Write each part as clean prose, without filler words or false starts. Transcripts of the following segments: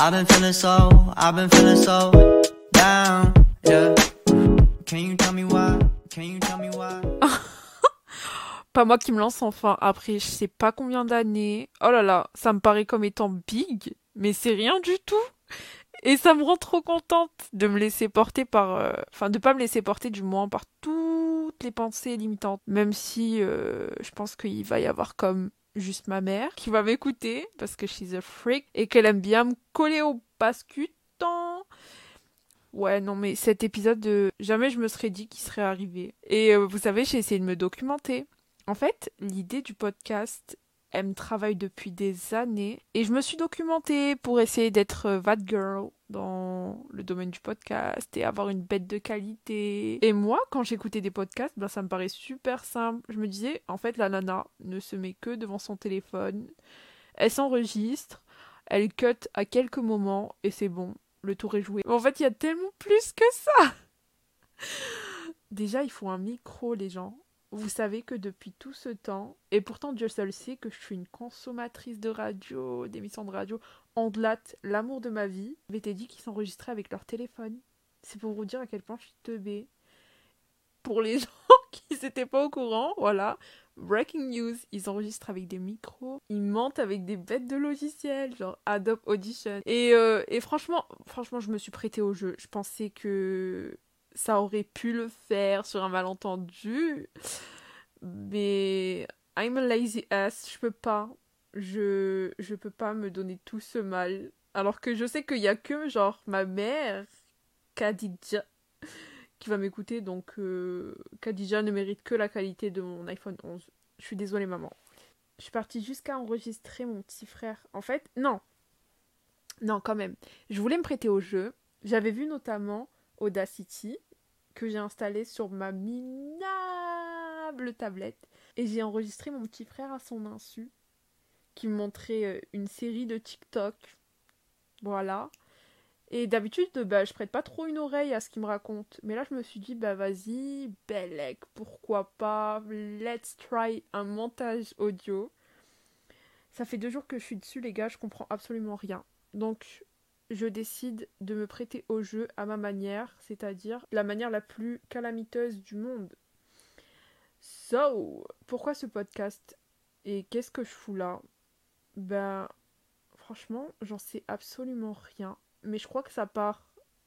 I've been feeling so down, yeah. Can you tell me why? Can you tell me why? Pas moi qui me lance enfin, après je sais pas combien d'années. Oh là là, ça me paraît comme étant big, mais c'est rien du tout. Et ça me rend trop contente de me laisser porter par... Enfin, de pas me laisser porter du moins par toutes les pensées limitantes. Même si je pense qu'il va y avoir comme juste ma mère qui va m'écouter parce que she's a freak et qu'elle aime bien me coller au bascutant. Ouais, non, mais cet épisode, jamais je me serais dit qu'il serait arrivé. Et vous savez, j'ai essayé de me documenter. En fait, l'idée du podcast, elle me travaille depuis des années. Et je me suis documentée pour essayer d'être that girl dans le domaine du podcast et avoir une bête de qualité. Et moi, quand j'écoutais des podcasts, ben, ça me paraît super simple. Je me disais, en fait, la nana ne se met que devant son téléphone. Elle s'enregistre, elle cut à quelques moments et c'est bon. Le tour est joué. En fait, il y a tellement plus que ça. Déjà, il faut un micro, les gens. Vous savez que depuis tout ce temps, et pourtant Dieu seul sait que je suis une consommatrice de radio, d'émissions de radio, Ondelat, l'amour de ma vie, m'était dit qu'ils s'enregistraient avec leur téléphone. C'est pour vous dire à quel point je suis teubée. Pour les gens qui n'étaient pas au courant, voilà. Breaking news, ils enregistrent avec des micros, ils mentent avec des bêtes de logiciels, genre Adobe Audition. Et franchement, je me suis prêtée au jeu. Je pensais que ça aurait pu le faire sur un malentendu, mais I'm a lazy ass, je peux pas. Je peux pas me donner tout ce mal. Alors que je sais qu'il y a que, genre, ma mère, Khadija, qui va m'écouter, donc Khadija ne mérite que la qualité de mon iPhone 11. Je suis désolée, maman. Je suis partie jusqu'à enregistrer mon petit frère. En fait, non, quand même. Je voulais me prêter au jeu. J'avais vu notamment Audacity, que j'ai installé sur ma minable tablette. Et j'ai enregistré mon petit frère à son insu, qui me montrait une série de TikTok. Voilà. Et d'habitude, bah, je prête pas trop une oreille à ce qu'il me raconte. Mais là, je me suis dit, bah vas-y, Bellec, pourquoi pas, let's try un montage audio. Ça fait 2 jours que je suis dessus, les gars, je comprends absolument rien. Donc, je décide de me prêter au jeu à ma manière, c'est-à-dire la manière la plus calamiteuse du monde. So, pourquoi ce podcast? Et qu'est-ce que je fous là? Ben, franchement, j'en sais absolument rien. Mais je crois que ça part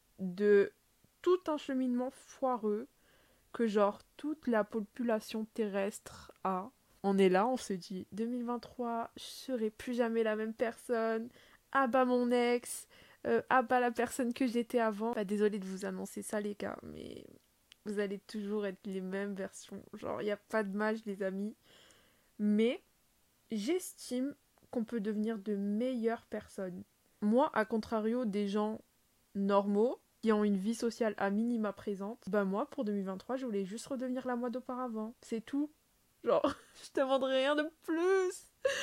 de tout un cheminement foireux que genre toute la population terrestre a. On est là, on se dit 2023, je serai plus jamais la même personne. Ah bah mon ex, ah bah la personne que j'étais avant. Bah désolée de vous annoncer ça les gars, mais vous allez toujours être les mêmes versions. Genre il n'y a pas de match les amis. Mais j'estime qu'on peut devenir de meilleures personnes. Moi, à contrario des gens normaux, qui ont une vie sociale à minima présente, bah moi, pour 2023, je voulais juste redevenir la moi d'auparavant. C'est tout. Genre, je demande rien de plus.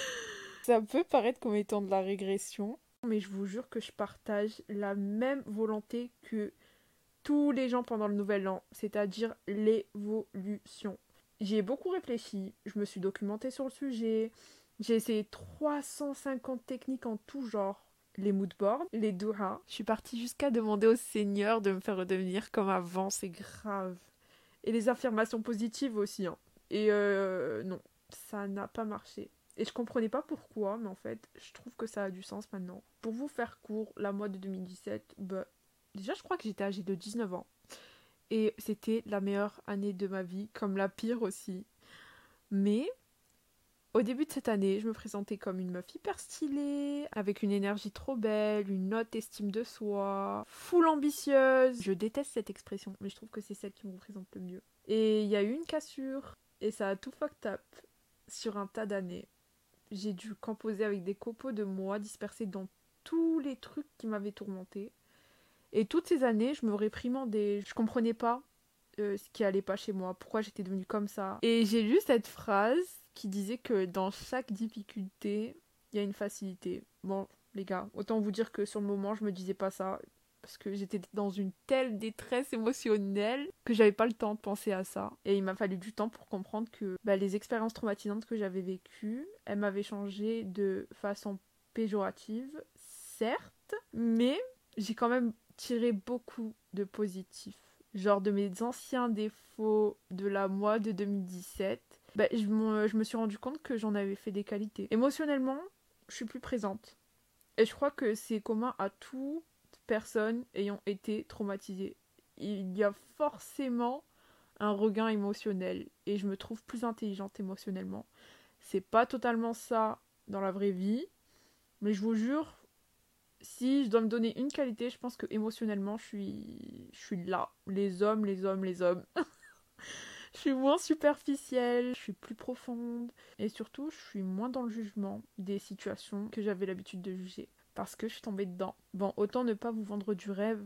Ça peut paraître comme étant de la régression, mais je vous jure que je partage la même volonté que tous les gens pendant le nouvel an, c'est-à-dire l'évolution. J'y ai beaucoup réfléchi, je me suis documentée sur le sujet, j'ai essayé 350 techniques en tout genre. Les moodboards, les doha. Je suis partie jusqu'à demander au Seigneur de me faire redevenir comme avant, c'est grave. Et les affirmations positives aussi, hein. Et non, ça n'a pas marché. Et je comprenais pas pourquoi, mais en fait, je trouve que ça a du sens maintenant. Pour vous faire court, la mode de 2017, bah, déjà je crois que j'étais âgée de 19 ans. Et c'était la meilleure année de ma vie, comme la pire aussi. Mais au début de cette année, je me présentais comme une meuf hyper stylée, avec une énergie trop belle, une haute estime de soi, full ambitieuse. Je déteste cette expression, mais je trouve que c'est celle qui me représente le mieux. Et il y a eu une cassure, et ça a tout fucked up sur un tas d'années. J'ai dû composer avec des copeaux de moi dispersés dans tous les trucs qui m'avaient tourmentée. Et toutes ces années, je me réprimandais, je comprenais pas ce qui allait pas chez moi, pourquoi j'étais devenue comme ça. Et j'ai lu cette phrase qui disait que dans chaque difficulté, il y a une facilité. Bon, les gars, autant vous dire que sur le moment, je me disais pas ça, parce que j'étais dans une telle détresse émotionnelle que j'avais pas le temps de penser à ça. Et il m'a fallu du temps pour comprendre que les expériences traumatisantes que j'avais vécues, elles m'avaient changé de façon péjorative, certes, triste, mais j'ai quand même tiré beaucoup de positifs. Genre de mes anciens défauts de la moi de 2017, je me suis rendu compte que j'en avais fait des qualités. Émotionnellement, je suis plus présente. Et je crois que c'est commun à toute personne ayant été traumatisée. Il y a forcément un regain émotionnel et je me trouve plus intelligente émotionnellement. C'est pas totalement ça dans la vraie vie, mais je vous jure, si je dois me donner une qualité, je pense que émotionnellement, je suis là. Les hommes, les hommes, les hommes. Je suis moins superficielle, je suis plus profonde et surtout, je suis moins dans le jugement des situations que j'avais l'habitude de juger parce que je suis tombée dedans. Bon, autant ne pas vous vendre du rêve,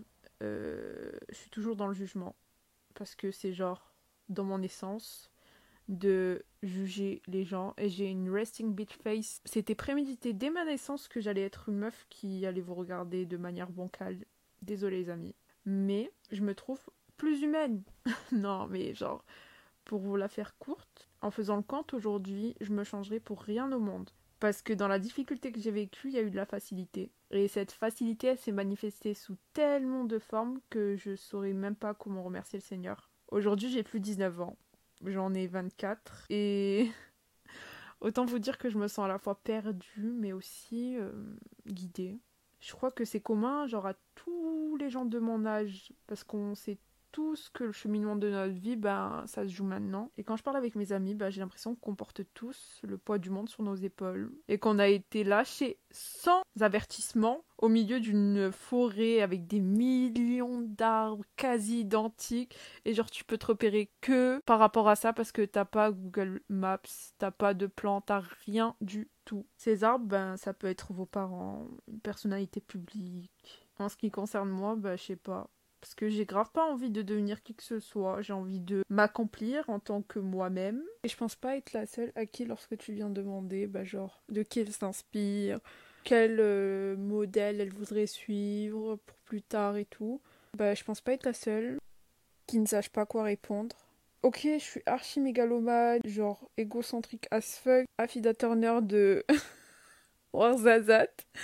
je suis toujours dans le jugement parce que c'est genre dans mon essence de juger les gens et j'ai une resting bitch face. C'était prémédité dès ma naissance que j'allais être une meuf qui allait vous regarder de manière bancale. Désolée les amis. Mais je me trouve plus humaine. Non mais genre, pour vous la faire courte, en faisant le compte aujourd'hui, je me changerai pour rien au monde. Parce que dans la difficulté que j'ai vécue, il y a eu de la facilité. Et cette facilité, elle s'est manifestée sous tellement de formes que je saurais même pas comment remercier le Seigneur. Aujourd'hui, j'ai plus 19 ans. J'en ai 24 et autant vous dire que je me sens à la fois perdue mais aussi guidée. Je crois que c'est commun genre à tous les gens de mon âge parce qu'on sait tous que le cheminement de notre vie, ça se joue maintenant. Et quand je parle avec mes amis, j'ai l'impression qu'on porte tous le poids du monde sur nos épaules et qu'on a été lâchés sans avertissement au milieu d'une forêt avec des millions d'arbres quasi identiques et genre tu peux te repérer que par rapport à ça parce que t'as pas Google Maps, t'as pas de plan, t'as rien du tout. Ces arbres, ça peut être vos parents, une personnalité publique. En ce qui concerne moi, je sais pas. Parce que j'ai grave pas envie de devenir qui que ce soit. J'ai envie de m'accomplir en tant que moi-même. Et je pense pas être la seule à qui, lorsque tu viens demander, genre, de qui elle s'inspire, quel modèle elle voudrait suivre pour plus tard et tout. Je pense pas être la seule qui ne sache pas quoi répondre. Ok, je suis archi mégalomane, genre égocentrique as fuck, Affida Turner de Warzazat.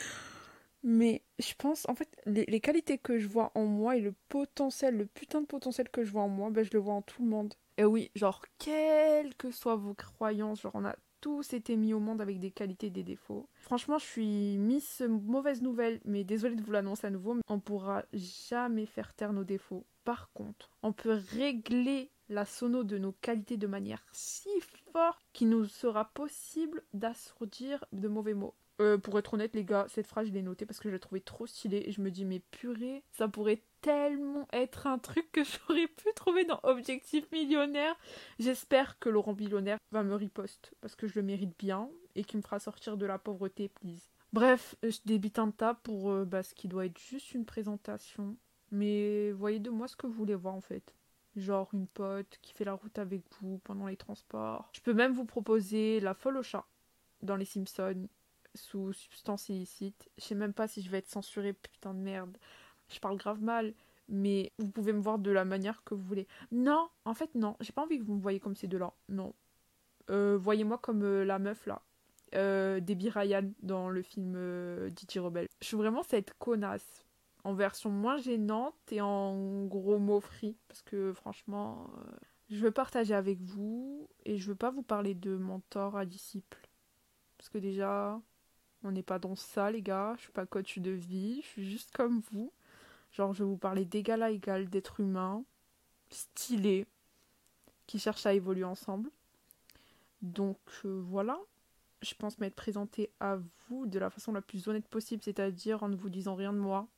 Mais je pense, en fait, les qualités que je vois en moi et le potentiel, le putain de potentiel que je vois en moi, je le vois en tout le monde. Et oui, genre, quelles que soient vos croyances, genre, on a tous été mis au monde avec des qualités et des défauts. Franchement, je suis Miss Mauvaise Nouvelle, mais désolée de vous l'annoncer à nouveau, mais on pourra jamais faire taire nos défauts. Par contre, on peut régler la sono de nos qualités de manière si forte qu'il nous sera possible d'assourdir de mauvais mots. Pour être honnête les gars, cette phrase je l'ai notée parce que je l'ai trouvée trop stylée et je me dis mais purée, ça pourrait tellement être un truc que j'aurais pu trouver dans Objectif Millionnaire. J'espère que Laurent Billonnaire va me riposte parce que je le mérite bien et qu'il me fera sortir de la pauvreté please. Bref, je débite un tas pour ce qui doit être juste une présentation. Mais voyez de moi ce que vous voulez voir en fait. Genre une pote qui fait la route avec vous pendant les transports. Je peux même vous proposer la folle au chat dans les Simpsons sous substance illicite. Je sais même pas si je vais être censurée, putain de merde. Je parle grave mal, mais vous pouvez me voir de la manière que vous voulez. Non, en fait non, j'ai pas envie que vous me voyez comme ces deux-là. Non. Voyez-moi comme la meuf là. Debbie Ryan dans le film Didi Rebelle. Je suis vraiment cette connasse en version moins gênante et en gros mots free parce que franchement je veux partager avec vous et je veux pas vous parler de mentor à disciple parce que déjà on n'est pas dans ça les gars, je suis pas coach de vie, je suis juste comme vous. Genre je vais vous parler d'égal à égal d'êtres humains stylés qui cherchent à évoluer ensemble. Donc voilà, je pense m'être présentée à vous de la façon la plus honnête possible, c'est-à-dire en ne vous disant rien de moi.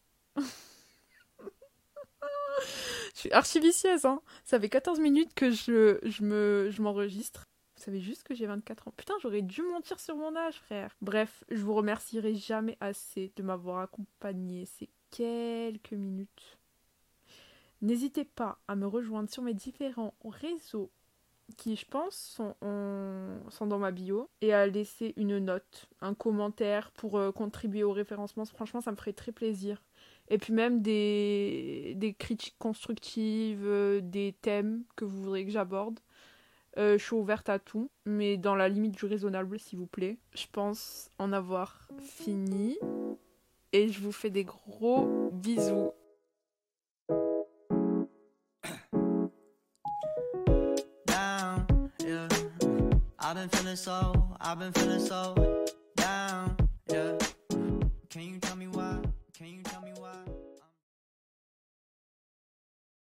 Je suis archi vicieuse, hein. Ça fait 14 minutes que je m'enregistre. Vous savez juste que j'ai 24 ans. Putain, j'aurais dû mentir sur mon âge, frère. Bref, je vous remercierai jamais assez de m'avoir accompagné ces quelques minutes. N'hésitez pas à me rejoindre sur mes différents réseaux qui, je pense, sont dans ma bio et à laisser une note, un commentaire pour contribuer au référencement. Franchement, ça me ferait très plaisir. Et puis même des critiques constructives, des thèmes que vous voudrez que j'aborde. Je suis ouverte à tout, mais dans la limite du raisonnable, s'il vous plaît. Je pense en avoir fini. et je vous fais des gros bisous. Down, yeah. I've been feeling so down.